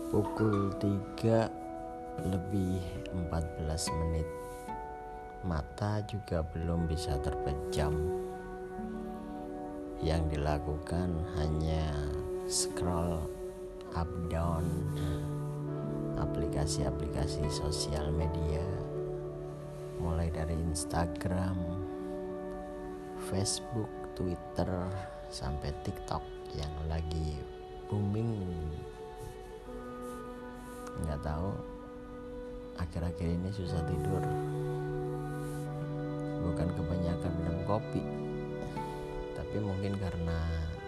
Pukul 3 lebih 14 menit. Mata juga belum bisa terpejam. Yang dilakukan hanya scroll up down aplikasi-aplikasi sosial media, mulai dari Instagram, Facebook, Twitter, sampai TikTok yang lagi booming. Nggak tahu, akhir-akhir ini susah tidur. Bukan kebanyakan minum kopi, tapi mungkin karena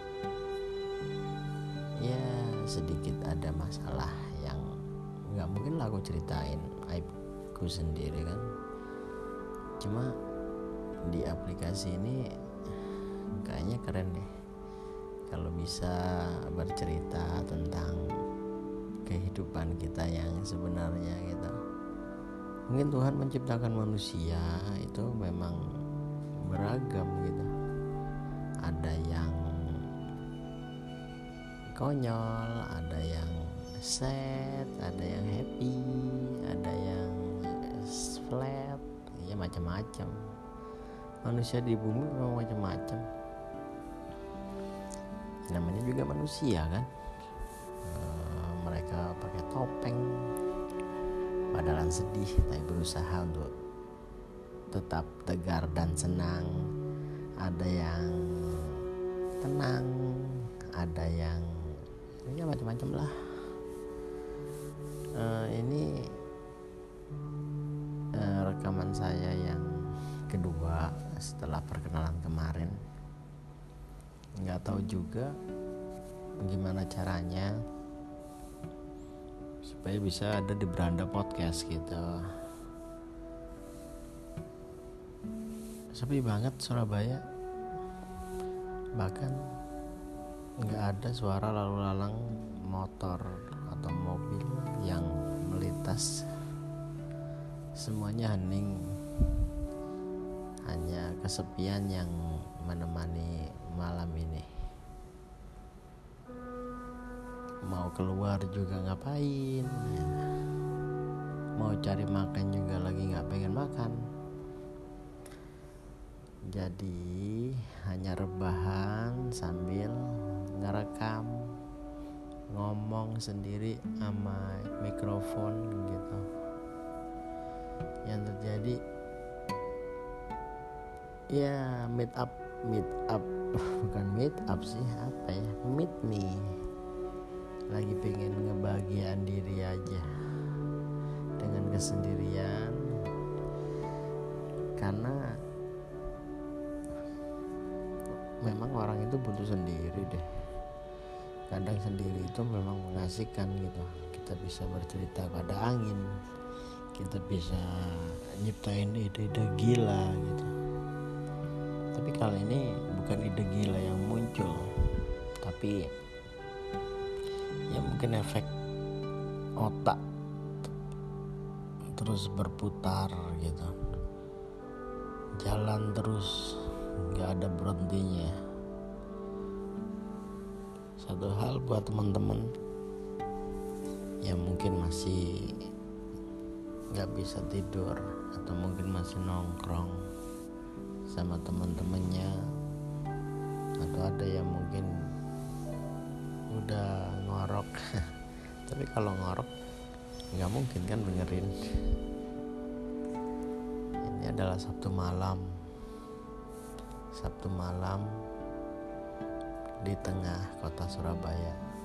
ya sedikit ada masalah yang nggak mungkin lah aku ceritain, aibku sendiri kan. Cuma di aplikasi ini kayaknya keren deh kalau bisa bercerita tentang kehidupan kita yang sebenarnya gitu. Mungkin Tuhan menciptakan manusia itu memang beragam gitu. Ada yang konyol, ada yang sad, ada yang happy, ada yang flat, ya macam-macam. Manusia di bumi memang macam-macam. Namanya juga manusia kan. Mereka pakai topeng, padahal sedih, tapi berusaha untuk tetap tegar dan senang. Ada yang tenang, ada yang ya macam-macam lah. Ini rekaman saya yang kedua setelah perkenalan kemarin. Nggak tahu juga gimana caranya supaya bisa ada di beranda podcast gitu. Sepi banget Surabaya, bahkan nggak ada suara lalu lalang motor atau mobil yang melintas. Semuanya hening, hanya kesepian yang menemani malam ini. Mau keluar juga ngapain, mau cari makan juga lagi gak pengen makan. Jadi hanya rebahan sambil ngerekam, ngomong sendiri sama mikrofon gitu. Yang terjadi ya meet up bukan meet up sih, apa ya, meet me. Lagi pengen ngebahagiaan diri aja dengan kesendirian, karena memang orang itu butuh sendiri deh. Kadang sendiri itu memang mengasihkan gitu. Kita bisa bercerita pada angin, kita bisa nyiptain ide-ide gila gitu. Tapi kali ini bukan ide gila yang muncul, tapi ya mungkin efek otak terus berputar gitu, jalan terus, gak ada berhentinya. Satu hal buat teman-teman yang mungkin masih gak bisa tidur, atau mungkin masih nongkrong sama teman-temannya, atau ada yang mungkin udah ngorok. Tapi kalau ngorok nggak mungkin kan dengerin. Ini adalah Sabtu malam di tengah kota Surabaya.